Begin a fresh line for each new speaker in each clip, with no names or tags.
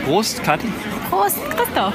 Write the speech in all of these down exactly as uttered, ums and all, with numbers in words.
Prost, Kathi.
Prost, Christoph.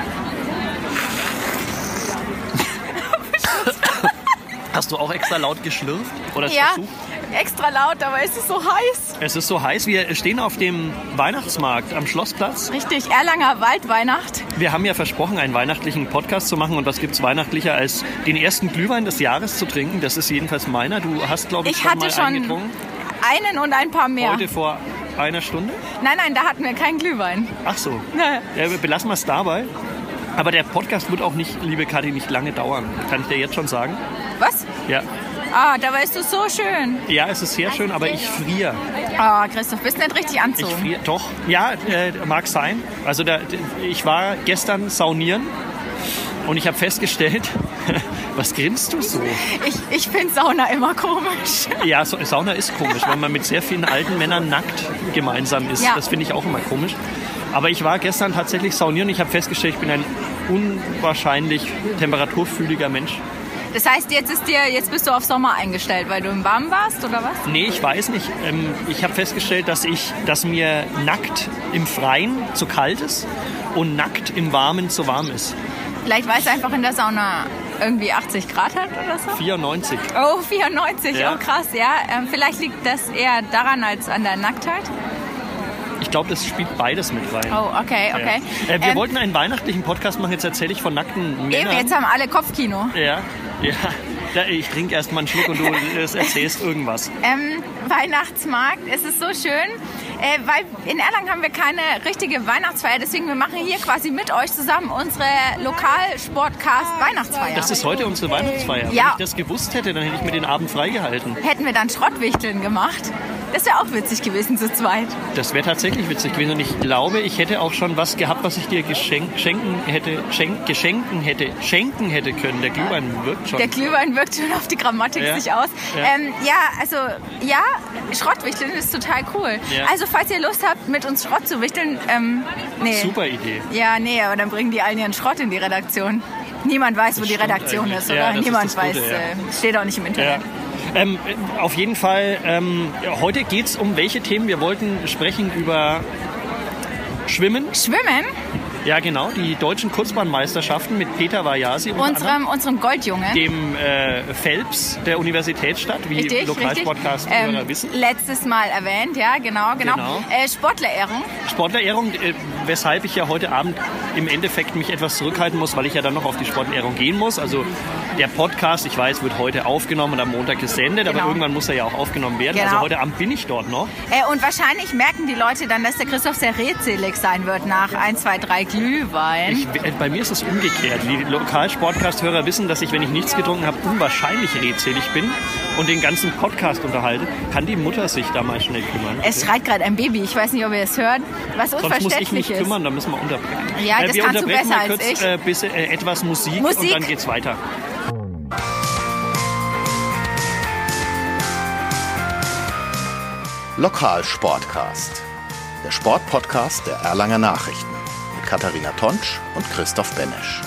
Hast du auch extra laut geschlürft? Oder
Ja,
versucht?
extra laut, aber es ist so heiß.
Es ist so heiß. Wir stehen auf dem Weihnachtsmarkt am Schlossplatz.
Richtig, Erlanger Waldweihnacht.
Wir haben ja versprochen, einen weihnachtlichen Podcast zu machen. Und was gibt es weihnachtlicher, als den ersten Glühwein des Jahres zu trinken? Das ist jedenfalls meiner. Du hast, glaube ich,
Ich
schon
hatte
mal
schon
einen getrunken.
einen und ein paar mehr.
Heute vor einer Stunde?
Nein, nein, da hatten wir keinen Glühwein.
Ach so.
Nee.
Ja, belassen wir es dabei. Aber der Podcast wird auch nicht, liebe Kathi, nicht lange dauern. Kann ich dir jetzt schon sagen.
Was?
Ja.
Ah, dabei ist es so schön.
Ja, es ist sehr schön, aber ich friere.
Ah, Christoph, bist nicht richtig
Ich
anzogen.
friere, doch. Ja, äh, mag sein. Also da, ich war gestern saunieren und ich habe festgestellt, was grinst du so?
Ich, ich finde Sauna immer komisch.
Ja, so, Sauna ist komisch, wenn man mit sehr vielen alten Männern nackt gemeinsam ist.
Ja.
Das finde ich auch immer komisch. Aber ich war gestern tatsächlich saunieren und ich habe festgestellt, ich bin ein unwahrscheinlich temperaturfühliger Mensch.
Das heißt, jetzt, ist dir, jetzt bist du auf Sommer eingestellt, weil du im Warmen warst, oder was?
Nee, ich weiß nicht. Ähm, ich habe festgestellt, dass, ich, dass mir nackt im Freien zu kalt ist und nackt im Warmen zu warm ist.
Vielleicht, weil es einfach in der Sauna irgendwie achtzig Grad hat oder so?
vierundneunzig.
Oh, vierundneunzig,
Ja.
oh krass, ja. Ähm, vielleicht liegt das eher daran als an der Nacktheit.
Ich glaube, das spielt beides mit rein.
Oh, okay, okay.
Ja. Äh, wir
Ähm,
wollten einen weihnachtlichen Podcast machen, jetzt erzähle ich von nackten Männern.
Eben, jetzt haben alle Kopfkino.
Ja, ja. Da, ich trinke erst mal einen Schluck und du erzählst irgendwas.
Ähm, Weihnachtsmarkt, es ist so schön, äh, weil in Erlangen haben wir keine richtige Weihnachtsfeier, deswegen wir machen hier quasi mit euch zusammen unsere Lokalsportcast-Weihnachtsfeier.
Das ist heute unsere Weihnachtsfeier.
Ja.
Wenn ich das gewusst hätte, dann hätte ich mir den Abend freigehalten.
Hätten wir dann Schrottwichteln gemacht, das wäre auch witzig gewesen zu zweit.
Das wäre tatsächlich witzig gewesen. Und ich glaube, ich hätte auch schon was gehabt, was ich dir geschenk, schenken hätte, schenk, geschenken hätte, schenken hätte können. Der Glühwein wirkt schon.
Der Glühwein wirkt schon auf die Grammatik
Ja.
sich aus.
Ja.
Ähm, ja, also, ja, Schrottwichteln ist total cool.
Ja.
Also, falls ihr Lust habt, mit uns Schrott zu wichteln, ähm, nee.
Super Idee.
Ja, nee, aber dann bringen die allen ihren Schrott in die Redaktion. Niemand weiß, wo
Das
die
stimmt
Redaktion
eigentlich.
ist,
Ja,
oder?
das ist
Niemand
das Gute,
weiß,
ja.
äh, steht auch nicht im
Ja.
Internet.
Ähm, auf jeden Fall, ähm, heute geht es um welche Themen? Wir wollten sprechen über Schwimmen.
Schwimmen,
Ja, genau, die deutschen Kurzbahnmeisterschaften mit Peter Vajasi unter anderem,
unserem, unserem Goldjunge.
dem äh, Phelps der Universitätsstadt, wie
Richtig,
Lokalsportcast-Hörer
ähm,
wissen.
Letztes Mal erwähnt, ja, genau, genau.
Genau.
Äh, Sportlerehrung.
Sportlerehrung, äh, weshalb ich ja heute Abend im Endeffekt mich etwas zurückhalten muss, weil ich ja dann noch auf die Sportlehrung gehen muss. Also der Podcast, ich weiß, wird heute aufgenommen und am Montag gesendet,
Genau.
aber irgendwann muss er ja auch aufgenommen werden.
Genau.
Also heute Abend bin ich dort noch.
Äh, und wahrscheinlich merken die Leute dann, dass der Christoph sehr redselig sein wird nach eins, zwei, drei Glühwein.
Ich, äh, bei mir ist es umgekehrt. Die Lokal-Podcast-Hörer wissen, dass ich, wenn ich nichts getrunken habe, unwahrscheinlich redselig bin und den ganzen Podcast unterhalte. Kann die Mutter sich da mal schnell kümmern?
Es schreit gerade ein Baby, ich weiß nicht, ob ihr es hört, was
Sonst muss ich
unverständlich
mich
ist.
kümmern, dann müssen wir unterbrechen.
Ja, das
wir
kannst du
unterbrechen
besser
mal kurz
als ich.
Äh, bis, äh, etwas Musik,
Musik.
und dann geht's weiter.
Lokalsportcast, der Sportpodcast der Erlanger Nachrichten mit Katharina Tonsch und Christoph Benesch.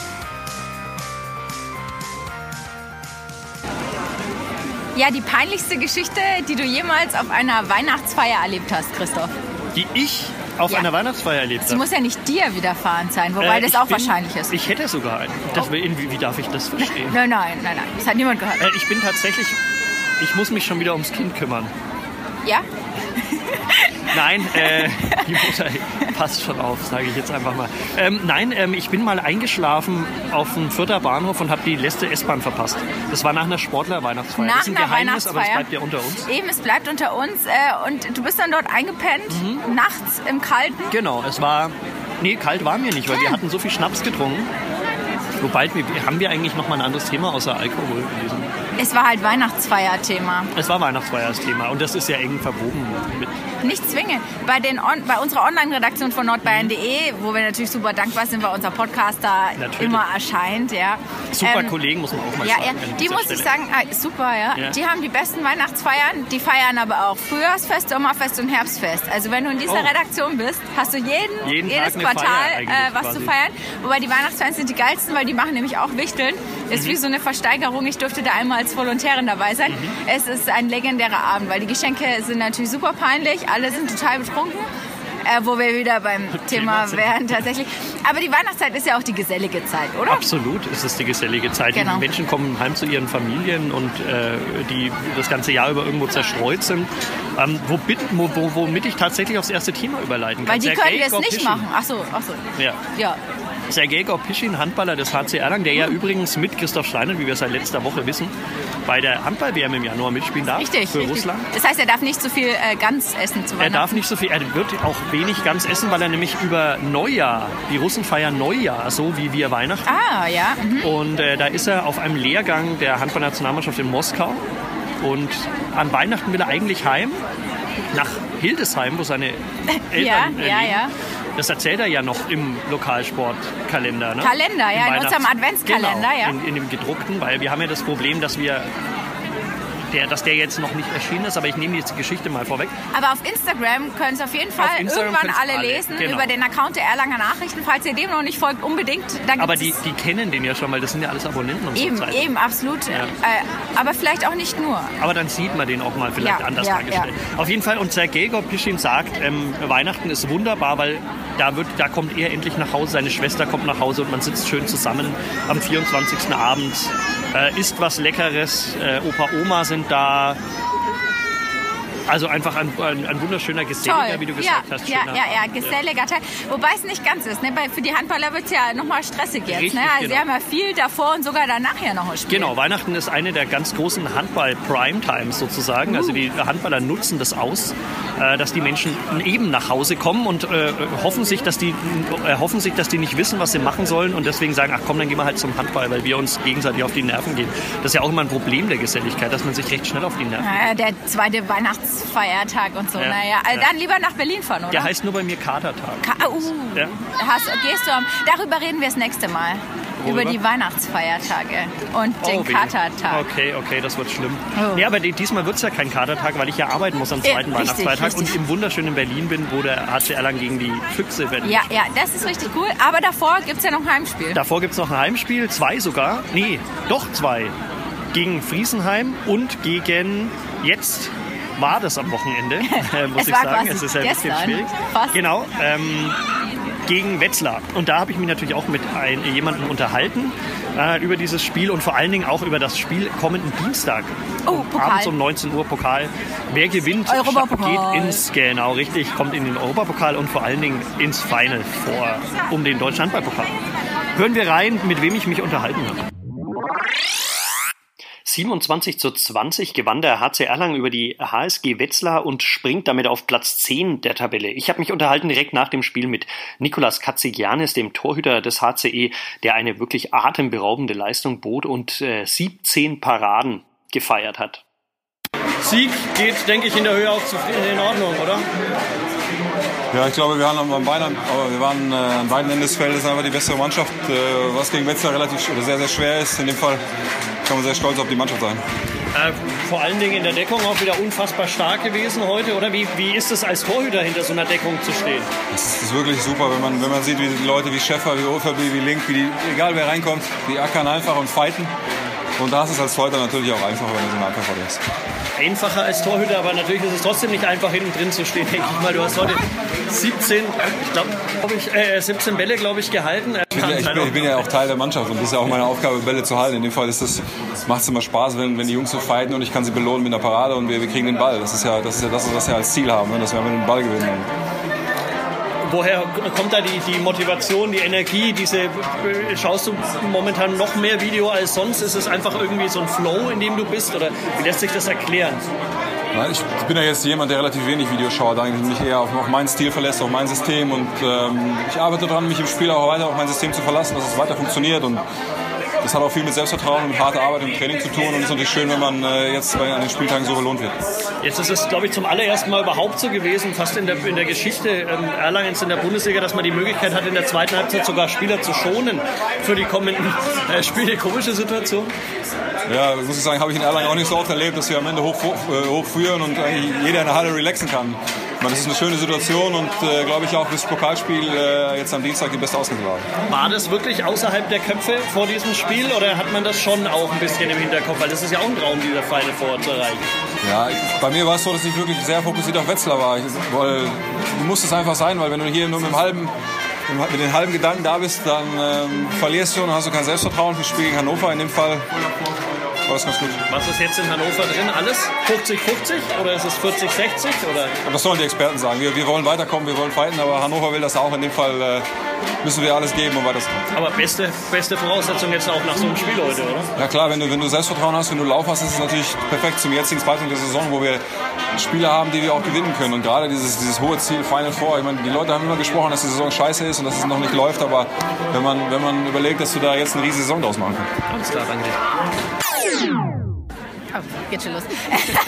Ja, die peinlichste Geschichte, die du jemals auf einer Weihnachtsfeier erlebt hast, Christoph.
Die ich auf
Ja.
einer Weihnachtsfeier erlebt
Sie
habe.
muss ja nicht dir widerfahren sein, wobei
Äh,
das
ich
auch
bin,
wahrscheinlich ist.
Ich hätte sogar einen. Das, wie, wie darf ich das verstehen?
Nein, nein, nein, nein, das hat niemand gehört.
Äh, ich bin tatsächlich, ich muss mich schon wieder ums Kind kümmern.
Ja?
Nein, äh, die Mutter passt schon auf, sage ich jetzt einfach mal. Ähm, nein, ähm, ich bin mal eingeschlafen auf dem Fürther Bahnhof und habe die letzte S-Bahn verpasst. Das war nach einer Sportler-Weihnachtsfeier.
Nach
Das ist ein
einer
Geheimnis, aber es
Weihnachtsfeier.
bleibt ja unter uns.
Eben, es bleibt unter uns äh, und du bist dann dort eingepennt, nachts im Kalten.
Genau, es war... Nee, kalt war mir nicht, weil wir hatten so viel Schnaps getrunken. Wobei, wir, haben wir eigentlich noch mal ein anderes Thema außer Alkohol in diesem...
Es war halt Weihnachtsfeier-Thema.
Es war Weihnachtsfeier das Thema und das ist ja eng verwoben mit...
Nicht zwingend. Bei, den On- bei unserer Online-Redaktion von nordbayern punkt de, wo wir natürlich super dankbar sind, weil unser Podcast da
Natürlich.
immer erscheint. Ja.
Super
Ähm,
Kollegen, muss man auch mal
Ja,
sagen.
ja,
an
die
dieser
muss
Stelle.
ich sagen, ah, super, ja.
Ja.
Die haben die besten Weihnachtsfeiern, die feiern aber auch Frühjahrsfest, Sommerfest und Herbstfest. Also wenn du in dieser
Oh.
Redaktion bist, hast du jeden,
Jeden
jedes
Tag eine
Quartal
Feier eigentlich
äh, was
quasi.
zu feiern. Wobei die Weihnachtsfeiern sind die geilsten, weil die machen nämlich auch Wichteln. Das ist
Mhm.
wie so eine Versteigerung. Ich durfte da einmal als Volontärin dabei sein.
Mhm.
Es ist ein legendärer Abend, weil die Geschenke sind natürlich super peinlich, alle sind total betrunken. äh, wo wir wieder beim Thema wären tatsächlich. Aber die Weihnachtszeit ist ja auch die gesellige Zeit, oder?
Absolut ist es die gesellige Zeit. Genau. Die Menschen kommen heim zu ihren Familien und äh, die das ganze Jahr über irgendwo zerstreut sind. Ähm, womit, wo, womit ich tatsächlich aufs erste Thema überleiten kann.
Weil die
Sergej
können das nicht
Gorpischin.
machen. Ach so, ach so.
Ja.
ja.
Sergej Gorpischin, Handballer des H C Erlangen, der ja mhm. übrigens mit Christoph Steiner, wie wir seit letzter Woche wissen, bei der Handball-W M im Januar mitspielen darf.
Richtig,
für
richtig.
Russland.
Das heißt, er darf nicht so viel äh, Gans essen zu Weihnachten.
Er darf nicht so viel, er wird auch wenig Gans essen, weil er nämlich über Neujahr, die Russen feiern Neujahr, so wie wir Weihnachten.
Ah, ja. Mhm.
Und äh, da ist er auf einem Lehrgang der Handballnationalmannschaft in Moskau. Und an Weihnachten will er eigentlich heim, nach Hildesheim, wo seine Eltern
ja,
äh,
ja,
leben.
ja.
Das erzählt er ja noch im Lokalsportkalender. Ne?
Kalender, ja, in unserem Adventskalender,
genau,
ja.
In, in dem gedruckten, weil wir haben ja das Problem, dass wir Der, dass der jetzt noch nicht erschienen ist, aber ich nehme jetzt die Geschichte mal vorweg.
Aber auf Instagram können es auf jeden Fall irgendwann alle, alle lesen, genau. Über den Account der Erlanger Nachrichten. Falls ihr dem noch nicht folgt, unbedingt. Da
aber die, die kennen den ja schon, weil das sind ja alles Abonnenten und
eben,
so.
Eben, absolut. Ja. Äh, aber vielleicht auch nicht nur.
Aber dann sieht man den auch mal vielleicht
ja,
anders
ja,
dargestellt.
Ja.
Auf jeden Fall, und Sergej Gorpischin sagt, ähm, Weihnachten ist wunderbar, weil da, wird, da kommt er endlich nach Hause, seine Schwester kommt nach Hause und man sitzt schön zusammen am vierundzwanzigsten Abend, äh, isst was Leckeres, äh, Opa, Oma sind da. Also einfach ein, ein, ein wunderschöner geselliger,
Toll.
wie du gesagt
ja,
hast.
Ja, ja, ja, geselliger Teil. Wobei es nicht ganz ist. Ne? Für die Handballer wird es ja nochmal stressig jetzt.
Richtig,
ne? Also
genau.
Sie haben ja viel davor und sogar danach ja noch ein Spiel.
Genau, Weihnachten ist eine der ganz großen Handball-Prime-Times sozusagen. Uh. Also die Handballer nutzen das aus, äh, dass die Menschen eben nach Hause kommen und äh, hoffen, sich, dass die, äh, hoffen sich, dass die nicht wissen, was sie machen sollen und deswegen sagen, ach komm, dann gehen wir halt zum Handball, weil wir uns gegenseitig auf die Nerven gehen. Das ist ja auch immer ein Problem der Geselligkeit, dass man sich recht schnell auf die Nerven geht.
Naja, der zweite Weihnachtsfeiertag und so.
Ja,
naja, also
ja.
Dann lieber nach Berlin fahren, oder?
Der heißt nur bei mir Katertag.
Ka- uh,
ja.
hast, gehst du am, darüber reden wir das nächste Mal.
Worüber?
Über die Weihnachtsfeiertage und
oh,
den
weh.
Katertag.
Okay, okay, das wird schlimm.
Oh.
Ja, aber diesmal wird es ja kein Katertag, weil ich ja arbeiten muss am zweiten
ja, richtig,
Weihnachtsfeiertag
richtig.
und im wunderschönen Berlin bin, wo der H C Erlangen gegen die Füchse wird.
Ja, ja, das ist richtig cool. Aber davor gibt es ja noch ein Heimspiel.
Davor gibt es noch ein Heimspiel, zwei sogar. Nee, doch zwei. Gegen Friesenheim und gegen jetzt... war das am Wochenende, äh, muss
es
ich
war
sagen.
quasi
Es ist ja ein bisschen
gestern.
schwierig.
Fast.
Genau, ähm, gegen Wetzlar. Und da habe ich mich natürlich auch mit ein, jemandem unterhalten äh, über dieses Spiel und vor allen Dingen auch über das Spiel kommenden Dienstag.
Oh, Pokal.
Abends um neunzehn Uhr Pokal. Wer gewinnt,
Europapokal.
geht ins, genau, richtig, kommt in den Europapokal und vor allen Dingen ins Final vor, um den Deutschen Handballpokal. Hören wir rein, mit wem ich mich unterhalten habe. siebenundzwanzig zu zwanzig gewann der H C Erlangen über die H S G Wetzlar und springt damit auf Platz zehn der Tabelle. Ich habe mich unterhalten direkt nach dem Spiel mit Nikolas Katzigiannis, dem Torhüter des H C E, der eine wirklich atemberaubende Leistung bot und äh, siebzehn Paraden gefeiert hat. Sieg geht, denke ich, in der Höhe auch in Ordnung, oder?
Ja, ich glaube, wir waren am beiden, aber wir waren äh, an beiden Enden des Feldes einfach die bessere Mannschaft, äh, was gegen Wetzlar relativ oder sehr, sehr schwer ist. In dem Fall kann man sehr stolz auf die Mannschaft sein.
Äh, vor allen Dingen in der Deckung auch wieder unfassbar stark gewesen heute, oder? Wie, wie ist es als Torhüter hinter so einer Deckung zu stehen?
Das ist wirklich super, wenn man, wenn man sieht, wie die Leute wie Schäffer, wie Oferby, wie Link, wie die, egal wer reinkommt, die ackern einfach und fighten. Und da ist es als Torhüter natürlich auch einfacher, wenn du so eine Abwehr hast.
Einfacher als Torhüter, aber natürlich ist es trotzdem nicht einfach, hinten drin zu stehen, denke ich mal. Du hast heute siebzehn, ich glaub, glaub ich, äh, siebzehn Bälle, glaube ich, gehalten.
Ich bin, ich, bin, ich bin ja auch Teil der Mannschaft und das ist ja auch meine Aufgabe, Bälle zu halten. In dem Fall ist das, macht es immer Spaß, wenn, wenn die Jungs so fighten und ich kann sie belohnen mit einer Parade und wir, wir kriegen den Ball. Das ist ja das, ist ja das was wir als Ziel haben, ne? Dass wir mit dem Ball gewinnen.
Woher kommt da die, die Motivation, die Energie, diese, schaust du momentan noch mehr Video als sonst? Ist es einfach irgendwie so ein Flow, in dem du bist, oder wie lässt sich das erklären?
Nein, ich bin ja jetzt jemand, der relativ wenig Videos schaut, eigentlich mich eher auf, auf meinen Stil verlässt, auf mein System und ähm, ich arbeite daran, mich im Spiel auch weiter auf mein System zu verlassen, dass es weiter funktioniert und das hat auch viel mit Selbstvertrauen und mit harter Arbeit im Training zu tun und es ist natürlich schön, wenn man äh, jetzt bei, an den Spieltagen so belohnt wird.
Jetzt ist es, glaube ich, zum allerersten Mal überhaupt so gewesen, fast in der, in der Geschichte ähm, Erlangens in der Bundesliga, dass man die Möglichkeit hat, in der zweiten Halbzeit sogar Spieler zu schonen für die kommenden äh, Spiele. Komische Situation.
Ja, muss ich sagen, habe ich in Erlangen auch nicht so oft erlebt, dass wir am Ende hoch, äh, hochführen und eigentlich jeder in der Halle relaxen kann. Das ist eine schöne Situation und äh, glaube ich auch das Pokalspiel äh, jetzt am Dienstag die beste Ausgangslage.
War das wirklich außerhalb der Köpfe vor diesem Spiel oder hat man das schon auch ein bisschen im Hinterkopf? Weil das ist ja auch ein Traum, dieser Final Four zu erreichen.
Ja, ich, bei mir war es so, dass ich wirklich sehr fokussiert auf Wetzlar war. Ich, weil, du musst es einfach sein, weil wenn du hier nur mit dem halben mit den halben Gedanken da bist, dann ähm, verlierst du und hast du kein Selbstvertrauen fürs Spiel gegen Hannover. In dem Fall war das ganz gut.
Was ist jetzt in Hannover drin? Alles fünfzig fünfzig oder ist es vierzig sechzig? Oder?
Das sollen die Experten sagen. Wir, wir wollen weiterkommen, wir wollen fighten, aber Hannover will das auch. In dem Fall äh, müssen wir alles geben, um weiterzukommen.
Aber beste, beste Voraussetzung jetzt auch nach so einem Spiel heute, oder?
Ja klar, wenn du, wenn du Selbstvertrauen hast, wenn du Lauf hast, ist es natürlich perfekt zum jetzigen Zeitpunkt der Saison, wo wir Spiele haben, die wir auch gewinnen können. Und gerade dieses, dieses hohe Ziel Final Four. Ich meine, die Leute haben immer gesprochen, dass die Saison scheiße ist und dass es noch nicht läuft. Aber wenn man, wenn man überlegt, dass du da jetzt eine riesige Saison draus machen kannst.
Alles klar, danke dir.
Oh, geht schon los.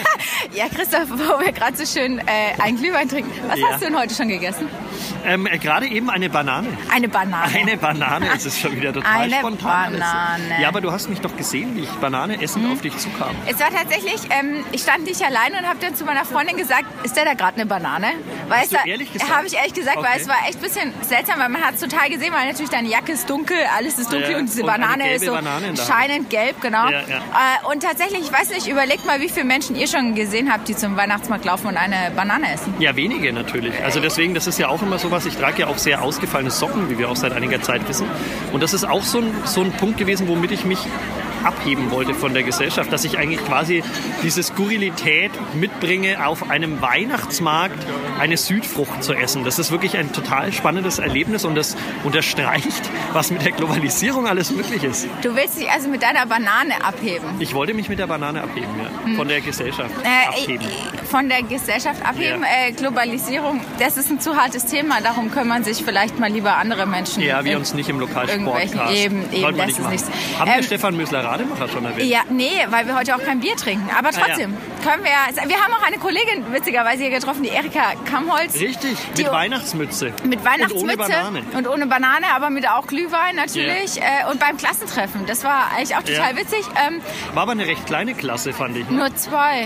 Ja, Christoph, wo wir gerade so schön äh, einen Glühwein trinken. Was
Ja.
hast du denn heute schon gegessen?
Ähm, äh, gerade eben eine Banane.
Eine Banane.
Eine Banane, es ist schon wieder total
Eine
spontan.
Banane.
Ja, aber du hast mich doch gesehen, wie ich Banane essen
Mhm.
auf dich zukam.
Es war tatsächlich, ähm, ich stand nicht alleine und habe dann zu meiner Freundin gesagt, ist der da gerade eine Banane? Weil
Hast
es
du
war,
ehrlich gesagt?
Habe ich ehrlich gesagt,
Okay.
weil es war echt ein bisschen seltsam, weil man hat es total gesehen, weil natürlich deine Jacke ist dunkel, alles ist dunkel
Ja,
und diese
und eine
Banane
gelbe
ist so
Banane in der Hand.
scheinend gelb, genau.
Ja, ja.
Äh, und tatsächlich, ich weiß nicht, überlegt mal, wie viele Menschen ihr schon gesehen habt, die zum Weihnachtsmarkt laufen und eine Banane essen.
Ja, wenige natürlich. Also deswegen, das ist ja auch immer sowas, ich trage ja auch sehr ausgefallene Socken, wie wir auch seit einiger Zeit wissen. Und das ist auch so ein, so ein Punkt gewesen, womit ich mich abheben wollte von der Gesellschaft, dass ich eigentlich quasi diese Skurrilität mitbringe, auf einem Weihnachtsmarkt eine Südfrucht zu essen. Das ist wirklich ein total spannendes Erlebnis und das unterstreicht, was mit der Globalisierung alles möglich ist.
Du willst dich also mit deiner Banane abheben?
Ich wollte mich mit der Banane abheben, ja. Von der Gesellschaft
Äh,
abheben.
äh, von der Gesellschaft abheben,
Ja.
äh, Globalisierung, das ist ein zu hartes Thema, darum kümmern sich vielleicht mal lieber andere Menschen.
Ja, wir
in
uns nicht im
irgendwelchen-
Lokalsportcast.
Eben, eben,
Sollten wir
das
nicht
ist
machen.
nichts.
Haben wir
Ähm,
Stefan Mösler-Rademacher schon erwähnt?
Ja, nee, weil wir heute auch kein Bier trinken. Aber trotzdem können wir ja. Wir haben auch eine Kollegin witzigerweise hier getroffen, die Erika Kamholz.
Richtig,
Die-
mit Weihnachtsmütze.
Mit Weihnachtsmütze
Und ohne Banane.
und ohne Banane, aber mit auch Glühwein natürlich. Äh, und beim Klassentreffen. Das war eigentlich auch total
Ja.
witzig. Ähm,
War aber eine recht kleine Klasse, fand ich. Ne?
nur zwei.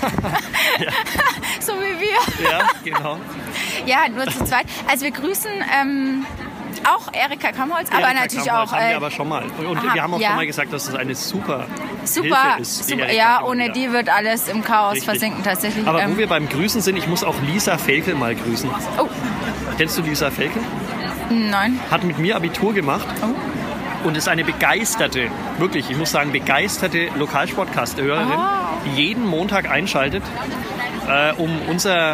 Ja.
So wie wir.
Ja, genau.
Ja, nur zu zweit. Also wir grüßen ähm, auch Erika Kamholz, aber
Erika
natürlich
Kamholz
auch.
haben
Äh,
wir aber schon mal. Und
aha,
wir haben auch
ja.
schon mal gesagt, dass es eine super,
super,
Hilfe ist. die
super.
Erika
Ja,
immer
ohne
wieder.
die wird alles im Chaos
Richtig.
versinken tatsächlich.
Aber
Ähm,
wo wir beim Grüßen sind, ich muss auch Lisa Felkel mal grüßen.
oh,
Kennst du Lisa Felkel?
nein.
Hat mit mir Abitur gemacht.
Oh.
Und ist eine begeisterte, wirklich, ich muss sagen, begeisterte Lokalsportcast-Hörerin,
Oh.
die jeden Montag einschaltet, äh, um unser,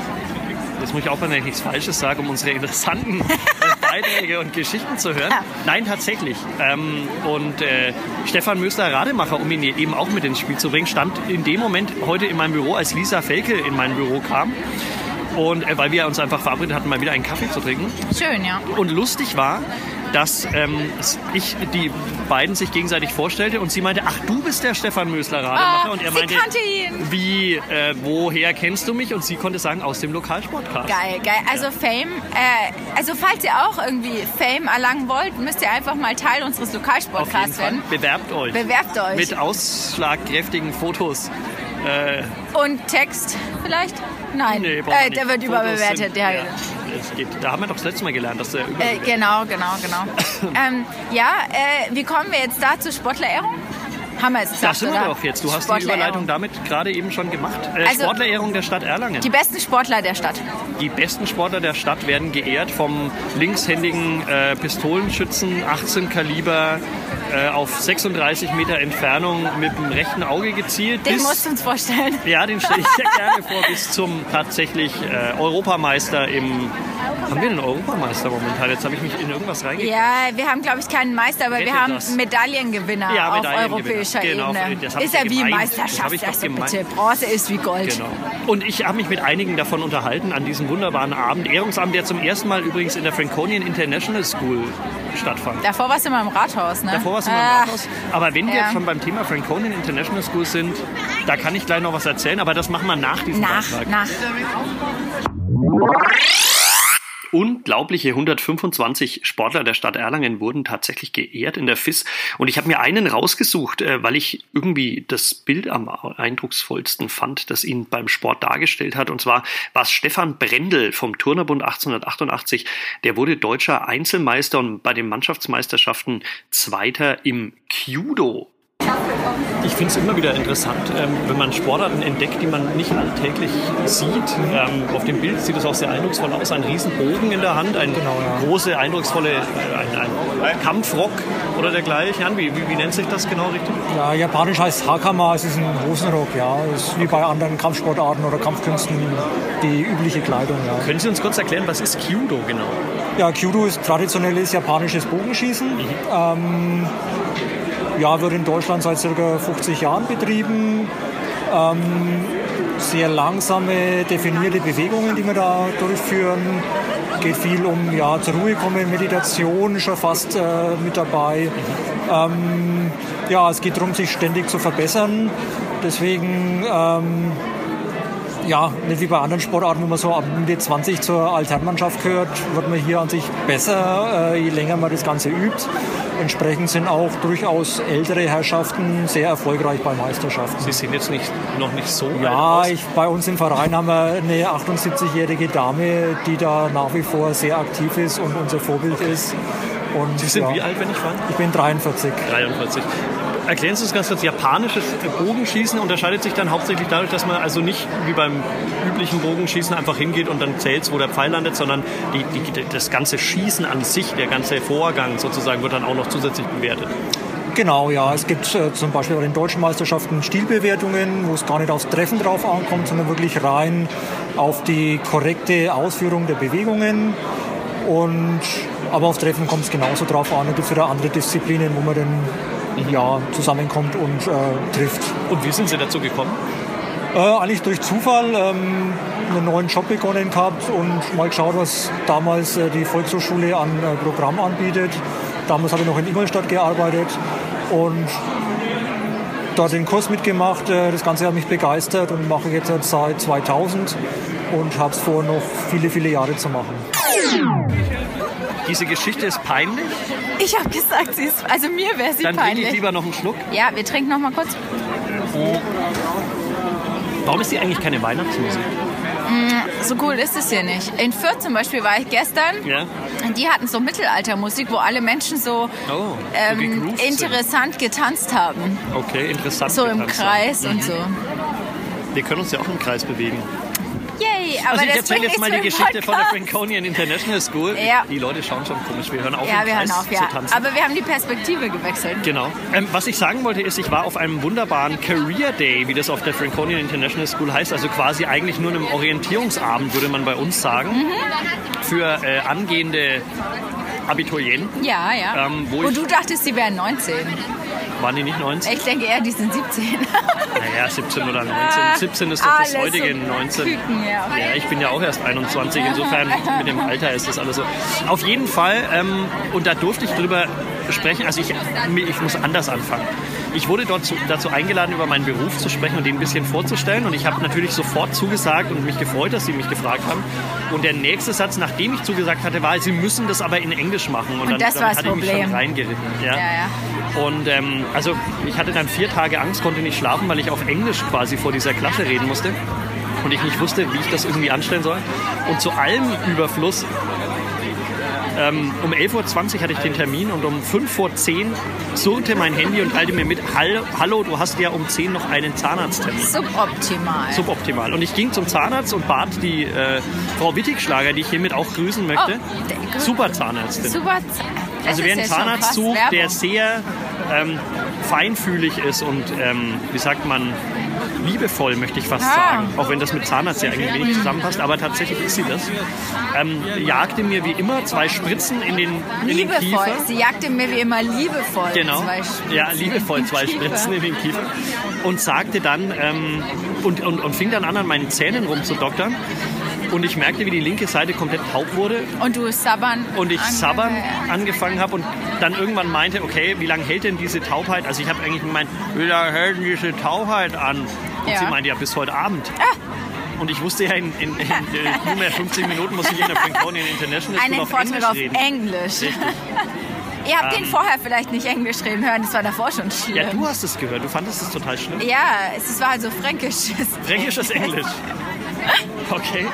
jetzt muss ich aufpassen, wenn ich nichts Falsches sage, um unsere interessanten äh, Beiträge und Geschichten zu hören. Nein, tatsächlich. Ähm, und äh, Stefan Mösler-Rademacher, um ihn eben auch mit ins Spiel zu bringen, stand in dem Moment heute in meinem Büro, als Lisa Felkel in mein Büro kam. Und äh, weil wir uns einfach verabredet hatten, mal wieder einen Kaffee zu trinken.
Schön, ja.
Und lustig war, dass ähm, ich die beiden sich gegenseitig vorstellte und sie meinte, ach, du bist der Stefan Mösler-Rademacher.
Ah,
und er
sie
meinte,
kannte ihn.
wie, äh, woher kennst du mich? Und sie konnte sagen, aus dem Lokalsportcast.
Geil, geil. Also Fame, äh, also falls ihr auch irgendwie Fame erlangen wollt, müsst ihr einfach mal Teil unseres
Auf jeden
Lokalsportcasts
Fall.
werden.
Bewerbt euch.
Bewerbt euch.
Mit ausschlagkräftigen Fotos. Äh,
Und Text vielleicht? Nein,
nee, brauchen wir
äh,
nicht.
der wird
Fotos
überbewertet.
sind-
ja.
ja, es geht. Da haben wir doch das letzte Mal gelernt, dass der
Äh,
überbewertet.
genau, genau, genau. ähm, ja, äh, wie kommen wir jetzt da zur Sportlerehrung? Haben wir jetzt gesagt,
Da sind wir
oder?
doch jetzt. Du hast die
Sportlerehrung.
Überleitung damit gerade eben schon gemacht. Äh,
Also-
Sportlerehrung der Stadt Erlangen.
Die besten Sportler der Stadt.
Die besten Sportler der Stadt werden geehrt vom linkshändigen äh, Pistolenschützen, achtzehn Kaliber, äh, auf sechsunddreißig Meter Entfernung mit dem rechten Auge gezielt.
Den
bis,
musst du uns vorstellen.
ja, den stelle ich sehr gerne vor, bis zum tatsächlich äh, Europameister im... Haben wir einen Europameister momentan? Jetzt habe ich mich in irgendwas reingekriegt.
Ja, wir haben, glaube ich, keinen Meister, aber
Hätte
wir haben
das.
Medaillengewinner
Ja,
auf
Medaillengewinner.
europäischer
Genau,
Ebene.
das hab
Ist
ich
ja
ja
wie
gemeint. Das
Meisterschaft,
hab ich doch
also
gemeint.
bitte. Bronze ist wie Gold.
Genau. Und ich habe mich mit einigen davon unterhalten an diesem wunderbaren Abend. Ehrungsabend, der zum ersten Mal übrigens in der Franconian International School stattfand.
Davor warst du immer im Rathaus, ne?
Davor warst du mal
Ach,
im Rathaus. Aber wenn wir
ja.
jetzt schon beim Thema Franconian International School sind, da kann ich gleich noch was erzählen, aber das machen wir nach diesem
Nach,
Beitrag.
nach.
Unglaubliche hundertfünfundzwanzig Sportler der Stadt Erlangen wurden tatsächlich geehrt in der F I S. Und ich habe mir einen rausgesucht, äh, weil ich irgendwie das Bild am eindrucksvollsten fand, das ihn beim Sport dargestellt hat. Und zwar war es Stefan Brendel vom Turnerbund achtzehnhundertachtundachtzig. Der wurde deutscher Einzelmeister und bei den Mannschaftsmeisterschaften Zweiter im Kyudo. Ich finde es immer wieder interessant, ähm, wenn man Sportarten entdeckt, die man nicht alltäglich sieht. Ähm, auf dem Bild sieht es auch sehr eindrucksvoll aus. Ein Riesenbogen in der Hand, ein genau, ja. große, eindrucksvolle äh, ein, ein Kampfrock oder dergleichen. Wie, wie, wie nennt sich das genau richtig?
Ja, japanisch heißt Hakama, es ist ein Hosenrock. Ja. Es ist wie okay. bei anderen Kampfsportarten oder Kampfkünsten die übliche Kleidung. Ja.
Können Sie uns kurz erklären, was ist Kyudo genau?
Ja, Kyudo ist traditionelles japanisches Bogenschießen. Mhm. Ähm, ja, wird in Deutschland seit ca. fünfzig Jahren betrieben. Ähm, sehr langsame, definierte Bewegungen, die wir da durchführen. Geht viel um ja, zur Ruhe kommen, Meditation ist schon fast äh, mit dabei. Ähm, ja, es geht darum, sich ständig zu verbessern. Deswegen ähm, ja, nicht wie bei anderen Sportarten, wo man so ab Mitte zwanzig zur Alternmannschaft gehört, wird man hier an sich besser, äh, je länger man das Ganze übt. Entsprechend sind auch durchaus ältere Herrschaften sehr erfolgreich bei Meisterschaften.
Sie sind jetzt nicht, noch nicht so
Ja,
alt
ich, bei uns im Verein haben wir eine achtundsiebzigjährige Dame, die da nach wie vor sehr aktiv ist und unser Vorbild okay. ist. Und,
Sie sind
ja,
wie alt, wenn ich frage?
Ich bin dreiundvierzig.
dreiundvierzig. Erklären Sie uns ganz kurz, japanisches Bogenschießen unterscheidet sich dann hauptsächlich dadurch, dass man also nicht wie beim üblichen Bogenschießen einfach hingeht und dann zählt, wo der Pfeil landet, sondern die, die, das ganze Schießen an sich, der ganze Vorgang sozusagen, wird dann auch noch zusätzlich bewertet.
Genau, ja. Es gibt äh, zum Beispiel bei den deutschen Meisterschaften Stilbewertungen, wo es gar nicht aufs Treffen drauf ankommt, sondern wirklich rein auf die korrekte Ausführung der Bewegungen. Und, aber auf Treffen kommt es genauso drauf an. Da gibt es wieder andere Disziplinen, wo man dann ja, zusammenkommt und äh, trifft.
Und wie sind Sie dazu gekommen?
Äh, eigentlich durch Zufall. Ähm, einen neuen Job begonnen gehabt und mal geschaut, was damals äh, die Volkshochschule an äh, Programm anbietet. Damals habe ich noch in Ingolstadt gearbeitet und dort den Kurs mitgemacht. Äh, das Ganze hat mich begeistert und mache jetzt seit zweitausend und habe es vor, noch viele, viele Jahre zu machen.
Diese Geschichte ist peinlich?
Ich habe gesagt, sie ist, also mir wäre sie
Dann
peinlich.
Dann trinke ich lieber noch einen Schluck.
Ja, wir trinken noch mal kurz.
Oh. Warum ist die eigentlich keine Weihnachtsmusik?
Mm, so cool ist es hier nicht. In Fürth zum Beispiel war ich gestern.
Ja.
Die hatten so Mittelaltermusik, wo alle Menschen so,
oh,
ähm,
so
interessant
sind.
getanzt haben.
Okay, interessant
So im
getanzt
Kreis
haben.
und
mhm.
so.
Wir können uns ja auch im Kreis bewegen.
Yay, aber
also ich
das
erzähle jetzt mal die Geschichte von der Franconian International School.
Ja.
Die Leute schauen schon komisch. Wir hören auf,
ja,
im
wir
Kreis
hören auf, ja.
zu tanzen.
Aber wir haben die Perspektive gewechselt.
Genau. Ähm, was ich sagen wollte ist, ich war auf einem wunderbaren Career Day, wie das auf der Franconian International School heißt. Also quasi eigentlich nur einem Orientierungsabend, würde man bei uns sagen. Mhm. Für äh, angehende Abiturienten.
Ja, ja.
Ähm, wo
Und
ich,
du dachtest, sie wären neunzehn.
Waren die nicht neunzehn?
Ich denke eher, die sind siebzehn.
Naja, siebzehn oder neunzehn. siebzehn ist doch das
alles
heutige
so
neunzehn.
Küken, ja.
Ja, ich bin ja auch erst einundzwanzig, insofern mit dem Alter ist das alles so. Auf jeden Fall, ähm, und da durfte ich drüber sprechen, also ich, ich muss anders anfangen. Ich wurde dort zu, dazu eingeladen, über meinen Beruf zu sprechen und den ein bisschen vorzustellen. Und ich habe natürlich sofort zugesagt und mich gefreut, dass sie mich gefragt haben. Und der nächste Satz, nachdem ich zugesagt hatte, war, sie müssen das aber in Englisch machen. Und,
und
dann,
das
dann
war das
hatte ich mich
Problem.
schon reingeritten. Ja.
Ja, ja.
Und ähm, also ich hatte dann vier Tage Angst, konnte nicht schlafen, weil ich auf Englisch quasi vor dieser Klasse reden musste. Und ich nicht wusste, wie ich das irgendwie anstellen soll. Und zu allem Überfluss, ähm, um elf Uhr zwanzig hatte ich den Termin und um fünf vor zehn surrte mein Handy und teilte mir mit, hallo, du hast ja um zehn noch einen Zahnarzttermin.
Suboptimal.
Suboptimal. Und ich ging zum Zahnarzt und bat die äh, Frau Wittigschlager, die ich hiermit auch grüßen möchte,
oh,
super Zahnärztin.
Super.
Also wer einen Zahnarzt sucht, der sehr ähm, feinfühlig ist und, ähm, wie sagt man, liebevoll, möchte ich fast
ah.
sagen. Auch wenn das mit Zahnarzt ja eigentlich wenig zusammenpasst, aber tatsächlich ist sie das. Ähm, jagte mir wie immer zwei Spritzen in den, in den Kiefer.
Liebevoll. Sie jagte mir wie immer liebevoll.
Genau.
Zwei Spritzen
ja, liebevoll zwei Spritzen in den Kiefer. Und sagte dann, ähm, und, und, und fing dann an, an meinen Zähnen rumzudoktern. Und ich merkte, wie die linke Seite komplett taub wurde.
Und du sabbern
Und ich
ange-
sabbern angefangen habe und dann irgendwann meinte, okay, wie lange hält denn diese Taubheit? Also ich habe eigentlich gemeint, wie lange hält denn diese Taubheit an? Und
ja.
sie meinte, ja, bis heute Abend.
Ah.
Und ich wusste ja, in, in, in, in nunmehr fünfzehn Minuten muss ich in der Franconian International School
einen
auf
Vortrag
Englisch
auf
reden.
Englisch.
Richtig.
Ihr habt
Ähm.
den vorher vielleicht nicht Englisch reden hören, das war davor schon schlimm.
Ja, du hast es gehört. Du fandest es total schlimm.
Ja, es war also fränkisches
Fränkisches Englisch. Okay.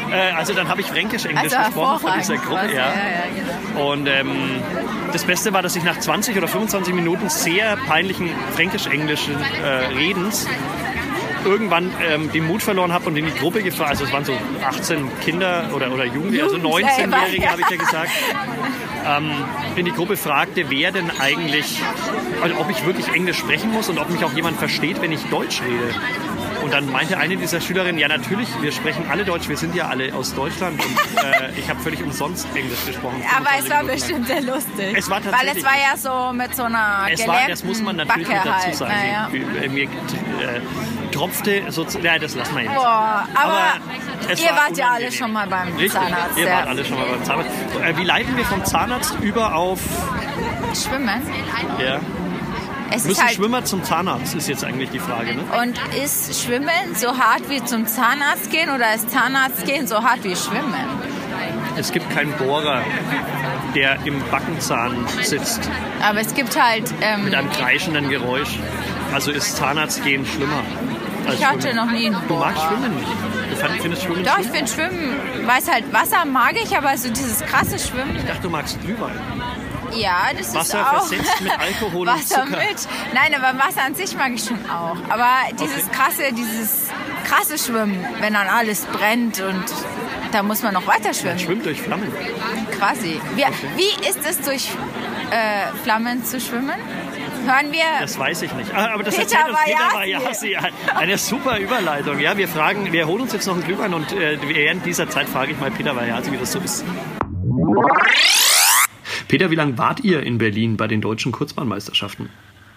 Äh, also dann habe ich Fränkisch-Englisch
Also
gesprochen von dieser Gruppe.
quasi.
Ja.
Ja, ja, genau.
Und ähm, das Beste war, dass ich nach zwanzig oder fünfundzwanzig Minuten sehr peinlichen Fränkisch-Englischen äh, Redens irgendwann ähm, den Mut verloren habe und in die Gruppe gefragt, also es waren so achtzehn Kinder oder, oder Jugendliche, also neunzehnjährige
ja.
habe ich ja gesagt, ähm, in die Gruppe fragte, wer denn eigentlich, also ob ich wirklich Englisch sprechen muss und ob mich auch jemand versteht, wenn ich Deutsch rede. Und dann meinte eine dieser Schülerinnen, ja natürlich, wir sprechen alle Deutsch, wir sind ja alle aus Deutschland und äh, ich habe völlig umsonst Englisch gesprochen.
Aber es war bestimmt sehr lustig.
Es war
Weil es
tatsächlich-
war ja so mit so einer
Es
gelähmten
war, das muss man natürlich
Backe
mit dazu
halt.
sagen.
Naja.
Wie- wie- Mir äh, tropfte sozusagen, ja, das lassen wir jetzt.
Boah, aber,
Aber es
ihr
war
wart ja alle
unangenehm.
schon mal beim
Richtig,
Zahnarzt.
ihr
ja.
wart alle schon mal beim Zahnarzt. Äh, Wie leiten wir vom Zahnarzt über auf,
Schwimmen.
ja,
Es ist
müssen
halt,
Schwimmer zum Zahnarzt, ist jetzt eigentlich die Frage, ne?
und ist Schwimmen so hart wie zum Zahnarzt gehen oder ist Zahnarzt gehen so hart wie Schwimmen?
Es gibt keinen Bohrer, der im Backenzahn sitzt
Aber es gibt halt, ähm,
mit einem kreischenden Geräusch. Also ist Zahnarztgehen schlimmer als
ich hatte
Schwimmen.
noch nie einen
Du magst
Bohrer.
Schwimmen nicht? Du fand- findest Schwimmen
Doch, ich
schlimm?
finde Schwimmen, weiß halt, Wasser mag ich, aber so dieses krasse Schwimmen,
Ich dachte, du magst Glühwein.
ja, das
Wasser
ist auch...
versetzt mit Alkohol und
Wasser
Zucker.
mit. Nein, aber Wasser an sich mag ich schon auch. Aber dieses krasse, dieses krasse Schwimmen, wenn dann alles brennt und da muss man noch weiter schwimmen.
Schwimmt durch Flammen.
Quasi. Wie, wie ist es, durch äh, Flammen zu schwimmen? Hören wir...
Das weiß ich nicht. Ah, aber das
Peter
erzählt uns Peter
Vajasi.
Vajasi. Eine super Überleitung. Ja, wir fragen, wir holen uns jetzt noch einen Glühwein und äh, während dieser Zeit frage ich mal Peter Vajasi, wie das so ist. Peter, wie lange wart ihr in Berlin bei den deutschen Kurzbahnmeisterschaften?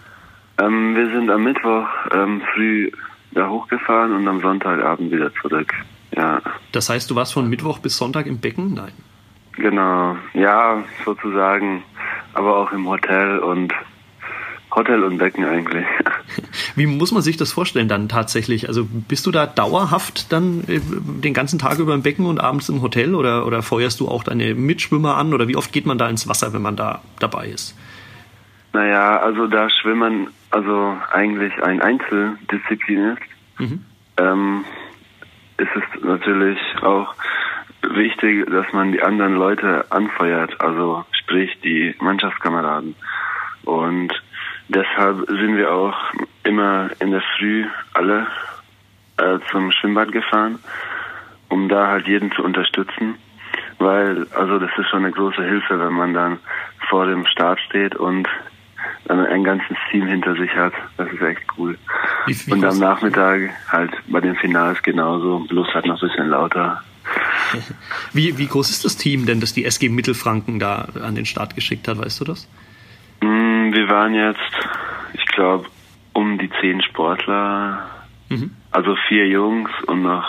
Ähm, wir sind am Mittwoch ähm, früh da hochgefahren und am Sonntagabend wieder zurück. Ja,
Das heißt, du warst von Mittwoch bis Sonntag im Becken? Nein.
genau. Ja, sozusagen. Aber auch im Hotel und Hotel und Becken eigentlich.
Wie muss man sich das vorstellen dann tatsächlich? Also bist du da dauerhaft dann äh, den ganzen Tag über im Becken und abends im Hotel oder, oder feuerst du auch deine Mitschwimmer an oder wie oft geht man da ins Wasser, wenn man da dabei ist?
Naja, also da Schwimmen also eigentlich ein Einzeldisziplin ist,
Mhm.
ähm, ist es natürlich auch wichtig, dass man die anderen Leute anfeuert, also sprich die Mannschaftskameraden. Und deshalb sind wir auch immer in der Früh alle äh, zum Schwimmbad gefahren, um da halt jeden zu unterstützen, weil also das ist schon eine große Hilfe, wenn man dann vor dem Start steht und dann ein ganzes Team hinter sich hat. Das ist echt cool.
Wie, wie
Und am
groß-
Nachmittag halt bei den Finals genauso, bloß halt noch ein bisschen lauter.
Wie, wie groß ist das Team denn, das die S G Mittelfranken da an den Start geschickt hat, weißt du das?
Mm, Wir waren jetzt, ich glaube, um die zehn Sportler,
Mhm.
also vier Jungs und noch,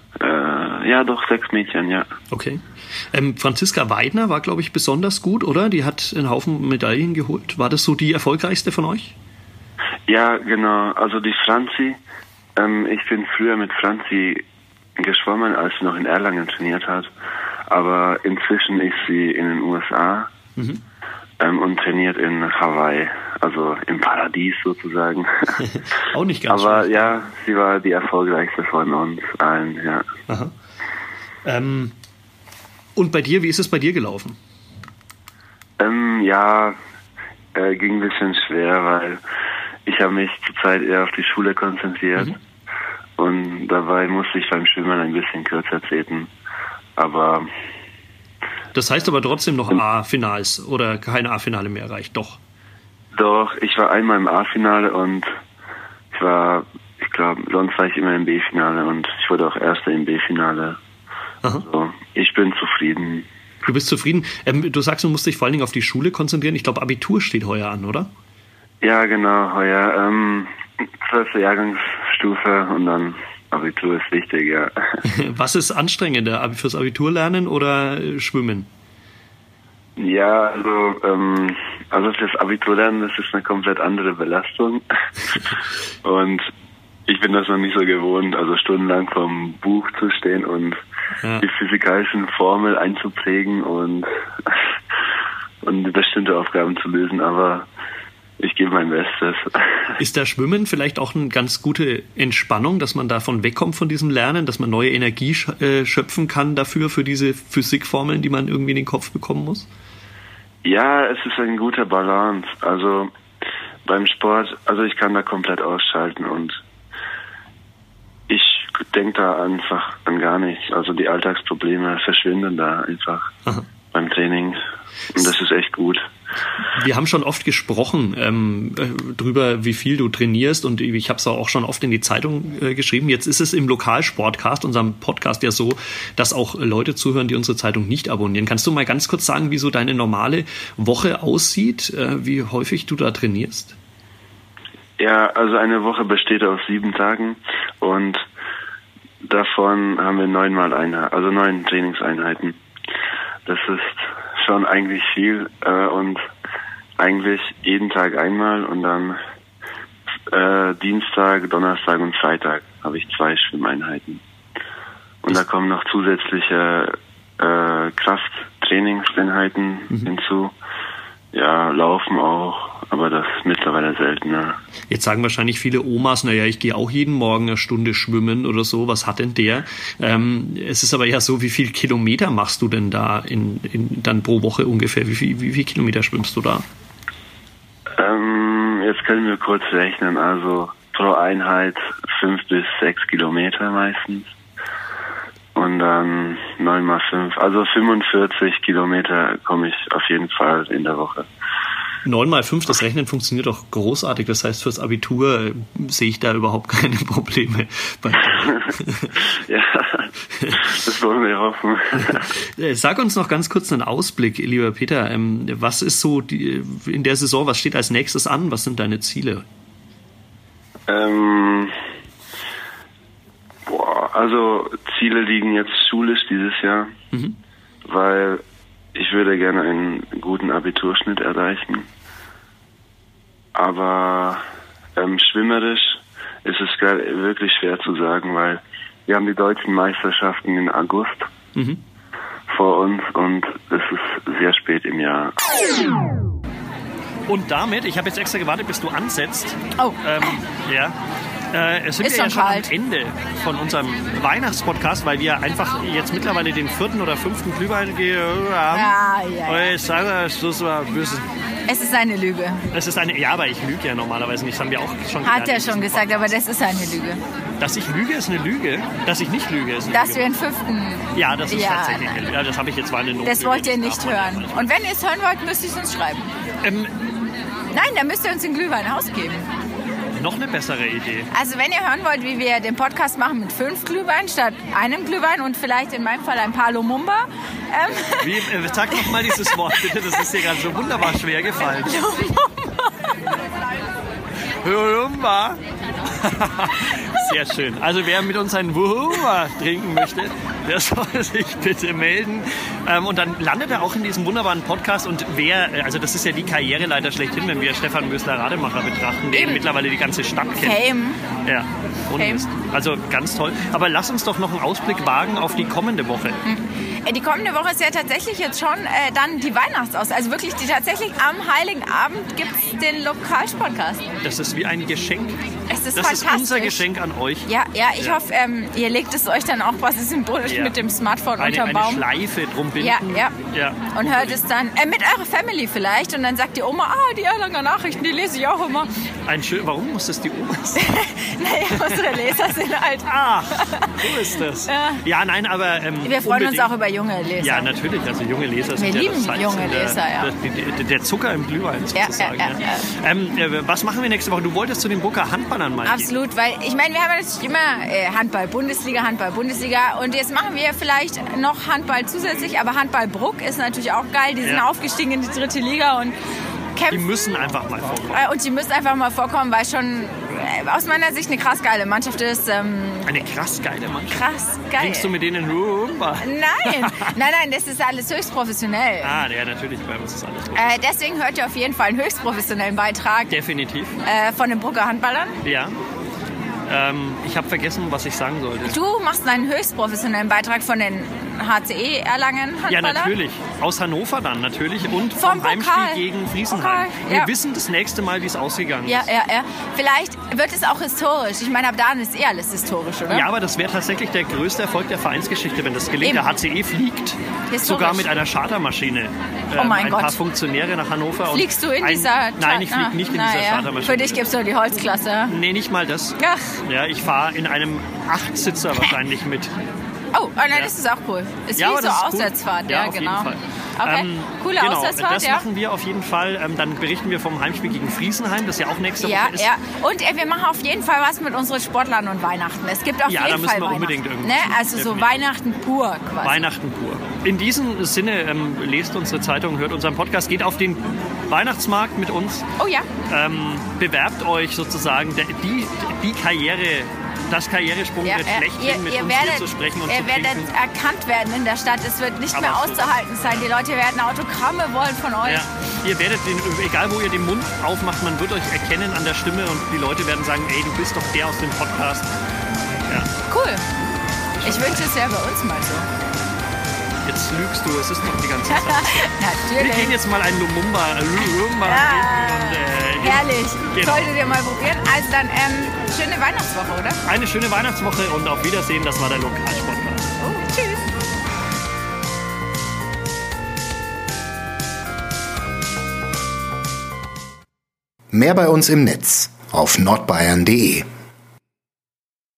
äh, ja doch, sechs Mädchen, ja.
Okay. Ähm, Franziska Weidner war, glaube ich, besonders gut, oder? Die hat einen Haufen Medaillen geholt. War das so die erfolgreichste von euch?
Ja, genau, also die Franzi, ähm, ich bin früher mit Franzi geschwommen, als sie noch in Erlangen trainiert hat, aber inzwischen ist sie in den U S A
Mhm.
ähm, und trainiert in Hawaii, also im Paradies sozusagen.
Auch nicht ganz
Aber
schlecht.
ja, sie war die erfolgreichste von uns allen, ja.
Aha. Ähm, und bei dir, wie ist es bei dir gelaufen?
Ähm, ja, äh, ging ein bisschen schwer, weil ich habe mich zurzeit eher auf die Schule konzentriert
Mhm.
und dabei musste ich beim Schwimmen ein bisschen kürzer treten. Aber
Das heißt aber trotzdem noch A-Finals oder kein A-Finale mehr erreicht, doch.
doch, ich war einmal im A-Finale und ich war, ich glaube, sonst war ich immer im B-Finale und ich wurde auch Erster im B-Finale.
Aha.
So, ich bin zufrieden.
Du bist zufrieden. Ähm, du sagst, du musst dich vor allen Dingen auf die Schule konzentrieren. Ich glaube, Abitur steht heuer an, oder?
Ja, genau, heuer. Ähm, zwölfte Jahrgangsstufe und dann Abitur ist wichtig, ja.
Was ist anstrengender, Abi- fürs Abitur lernen oder äh, Schwimmen?
Ja, also, ähm, also fürs Abitur lernen, das ist eine komplett andere Belastung. Und ich bin das noch nicht so gewohnt, also stundenlang vom Buch zu stehen und
Ja.
die physikalischen Formeln einzuprägen und, und bestimmte Aufgaben zu lösen. Aber ich gebe mein Bestes.
Ist da Schwimmen vielleicht auch eine ganz gute Entspannung, dass man davon wegkommt von diesem Lernen, dass man neue Energie schöpfen kann dafür, für diese Physikformeln, die man irgendwie in den Kopf bekommen muss?
Ja, es ist ein guter Balance. Also beim Sport, also ich kann da komplett ausschalten und ich denke da einfach an gar nichts. Also die Alltagsprobleme verschwinden da einfach Aha. beim Training und das ist echt gut.
Wir haben schon oft gesprochen ähm, drüber, wie viel du trainierst und ich habe es auch schon oft in die Zeitung äh, geschrieben. Jetzt ist es im Lokalsportcast, unserem Podcast, ja so, dass auch Leute zuhören, die unsere Zeitung nicht abonnieren. Kannst du mal ganz kurz sagen, wie so deine normale Woche aussieht, äh, wie häufig du da trainierst?
Ja, also eine Woche besteht aus sieben Tagen und davon haben wir neunmal eine, also neun Trainingseinheiten. Das ist schon eigentlich viel äh, und eigentlich jeden Tag einmal und dann äh, Dienstag, Donnerstag und Freitag habe ich zwei Schwimmeinheiten. Und da kommen noch zusätzliche äh, Krafttrainingseinheiten mhm. hinzu. Ja, Laufen auch, aber das ist mittlerweile seltener.
Jetzt sagen wahrscheinlich viele Omas, naja, ich gehe auch jeden Morgen eine Stunde schwimmen oder so, was hat denn der? Ähm, es ist aber ja so, wie viel Kilometer machst du denn da in, in dann pro Woche ungefähr? Wie viel, wie viel Kilometer schwimmst du da?
Ähm, jetzt können wir kurz rechnen, also pro Einheit fünf bis sechs Kilometer meistens. Und dann neun mal fünf, also fünfundvierzig Kilometer komme ich auf jeden Fall in der Woche.
neun mal fünf, das Rechnen funktioniert doch großartig. Das heißt, fürs Abitur äh, sehe ich da überhaupt keine Probleme.
Ja, das wollen wir hoffen.
Sag uns noch ganz kurz einen Ausblick, lieber Peter. Ähm, was ist so die, in der Saison, was steht als nächstes an? Was sind deine Ziele?
Ähm... Boah, also Ziele liegen jetzt schulisch dieses Jahr, mhm. weil ich würde gerne einen guten Abiturschnitt erreichen. Aber ähm, schwimmerisch ist es wirklich schwer zu sagen, weil wir haben die deutschen Meisterschaften im August mhm. vor uns und es ist sehr spät im Jahr.
Und damit, ich habe jetzt extra gewartet, bis du ansetzt.
Oh.
Ähm, ja. Äh, es sind
ist
wir ja schon
kalt.
am Ende von unserem Weihnachtspodcast, weil wir einfach jetzt mittlerweile den vierten oder fünften Glühwein haben.
Ja, ja, ja.
Und ich sage, das war ein bisschen.
Es ist eine Lüge.
Es ist eine, ja, aber ich lüge ja normalerweise nicht. Das haben wir auch schon
Hat
gelernt,
er schon gesagt, aber das ist eine Lüge.
Dass ich lüge, ist eine Lüge. Dass ich nicht lüge, ist eine
Dass
Lüge.
wir einen fünften...
Ja, das ist
ja,
tatsächlich eine Lüge. Ja, das habe ich jetzt mal eine Notlüge.
Das wollt ihr nicht hören. Und wenn ihr es hören wollt, müsst ihr es uns schreiben.
Ähm,
Nein, dann müsst ihr uns den Glühwein ausgeben.
Noch eine bessere Idee.
Also wenn ihr hören wollt, wie wir den Podcast machen mit fünf Glühwein statt einem Glühwein und vielleicht in meinem Fall ein paar Lumumba. Ähm
Wie, äh, sag noch mal dieses Wort bitte, das ist dir gerade so wunderbar schwer gefallen. Lumumba. Sehr schön. Also wer mit uns einen Wuhuma trinken möchte, der soll sich bitte melden. Ähm, und dann landet er auch in diesem wunderbaren Podcast. Und wer, also das ist ja die Karriereleiter schlechthin, wenn wir Stefan Mösler-Rademacher betrachten, der eben mittlerweile die ganze Stadt kennt.
Fame.
Ja,
Fame.
Also ganz toll. Aber lass uns doch noch einen Ausblick wagen auf die kommende Woche.
Hm. Die kommende Woche ist ja tatsächlich jetzt schon äh, dann die Weihnachtsaus. Also wirklich, die, tatsächlich am Heiligen Abend gibt es den Lokalsportcast.
Das ist wie ein Geschenk.
Es ist
das
fantastisch.
ist unser Geschenk an euch.
Ja, ja ich
ja.
hoffe, ähm, ihr legt es euch dann auch quasi symbolisch ja. mit dem Smartphone
eine,
unterm Baum.
Eine Schleife drum binden.
Ja, ja.
ja.
Und hört es dann äh, mit eurer Family vielleicht. Und dann sagt die Oma, ah, die Erlanger Nachrichten, die lese ich auch immer.
Ein schön, warum muss das die Oma sein?
Naja, unsere Leser sind halt...
Ach, so ist das. Ja, ja nein, aber... Ähm,
wir freuen
unbedingt.
uns auch über junge Leser.
Ja, natürlich. Also junge Leser sind
wir
ja
lieben
das Salz
junge
der,
Leser, ja.
Der, der, der Zucker im Glühwein sozusagen.
Ja, ja, ja, ja.
Ähm, äh, was machen wir nächste Woche? Du wolltest zu den Burger Handballern mal
Absolut,
gehen.
weil ich meine, wir haben natürlich immer äh, Handball-Bundesliga, Handball-Bundesliga und jetzt machen wir vielleicht noch Handball zusätzlich, aber Handball-Bruck ist natürlich auch geil. Die sind
ja.
aufgestiegen in die dritte Liga und kämpfen.
Die müssen einfach mal vorkommen.
Äh, und die müssen einfach mal vorkommen, weil schon äh, aus meiner Sicht eine krass geile Mannschaft ist. Ähm,
eine krass geile Mannschaft?
Krass geil.
Trinkst du mit denen Rumba?
Nein, nein, nein, das ist alles höchst professionell.
Ah, ja, natürlich, bei uns ist alles
äh, Deswegen hört ihr auf jeden Fall einen höchst professionellen Beitrag.
Definitiv.
Äh, von den Brucker Handballern.
Ja. Ähm, ich habe vergessen, was ich sagen sollte.
Du machst einen höchst professionellen Beitrag von den H C E Erlangen Handballer?
Ja, natürlich. Aus Hannover dann natürlich und
vom,
vom Heimspiel
Pokal.
gegen Friesenheim.
Pokal,
Wir
ja.
wissen das nächste Mal, wie es ausgegangen
Ja,
ist.
ja, ja. Vielleicht wird es auch historisch. Ich meine, ab da ist eh alles historisch, oder?
Ja, aber das wäre tatsächlich der größte Erfolg der Vereinsgeschichte, wenn das gelingt.
Eben.
Der H C E fliegt
Historisch.
sogar mit einer Chartermaschine. Ähm,
Oh mein
ein
Gott.
paar Funktionäre nach Hannover.
Fliegst du in
ein,
dieser...
Nein, ich fliege nicht in
Na,
dieser
ja.
Chartermaschine.
Für dich gibt es nur die Holzklasse.
Nee, nicht mal das.
Ach.
Ja, ich fahre in einem Achtsitzer wahrscheinlich mit.
Oh, oh nein, das ist auch cool. Ist
Ja,
wie
aber
so
das ist cool.
Auswärtsfahrt,
Ja,
ja,
auf
genau.
jeden Fall.
Okay,
Ähm,
coole
genau,
Auswärtsfahrt,
das
ja.
machen wir auf jeden Fall. Ähm, dann berichten wir vom Heimspiel gegen Friesenheim, das ja auch nächste
Ja,
Woche ist.
ja. Und äh, wir machen auf jeden Fall was mit unseren Sportlern und Weihnachten. Es gibt auf
Ja, da
jeden
müssen
Fall
wir
Weihnachten.
unbedingt irgendwie
Ne?
zu.
Also so
Definitiv.
Weihnachten pur quasi.
Weihnachten pur. In diesem Sinne, ähm, lest unsere Zeitung, hört unseren Podcast, geht auf den Weihnachtsmarkt mit uns,
Oh ja.
ähm, bewerbt euch sozusagen der, die, die Karriere, das Karrieresprungbrett
Ja, äh,
schlechthin
ihr,
mit
ihr
uns
werdet,
hier zu sprechen und
ihr
zu
werdet
trinken.
erkannt werden in der Stadt. Es wird nicht
Aber
mehr
so.
auszuhalten sein. Die Leute werden Autogramme wollen von euch.
Ja, ihr werdet, den, egal wo ihr den Mund aufmacht, man wird euch erkennen an der Stimme und die Leute werden sagen, ey, du bist doch der aus dem Podcast. Ja.
Cool. Ich wünsche es ja bei uns mal so.
Jetzt lügst du, es ist doch die ganze Zeit. Wir
Natürlich.
gehen jetzt mal ein Lumumba, äh, Lumumba
Ja,
trinken und, äh,
herrlich.
Genau.
Solltet ihr mal probieren. Also dann ähm, schöne Weihnachtswoche, oder?
Eine schöne Weihnachtswoche und auf Wiedersehen. Das war der Lokalsportcast.
Oh, tschüss.
Mehr bei uns im Netz auf nordbayern punkt de.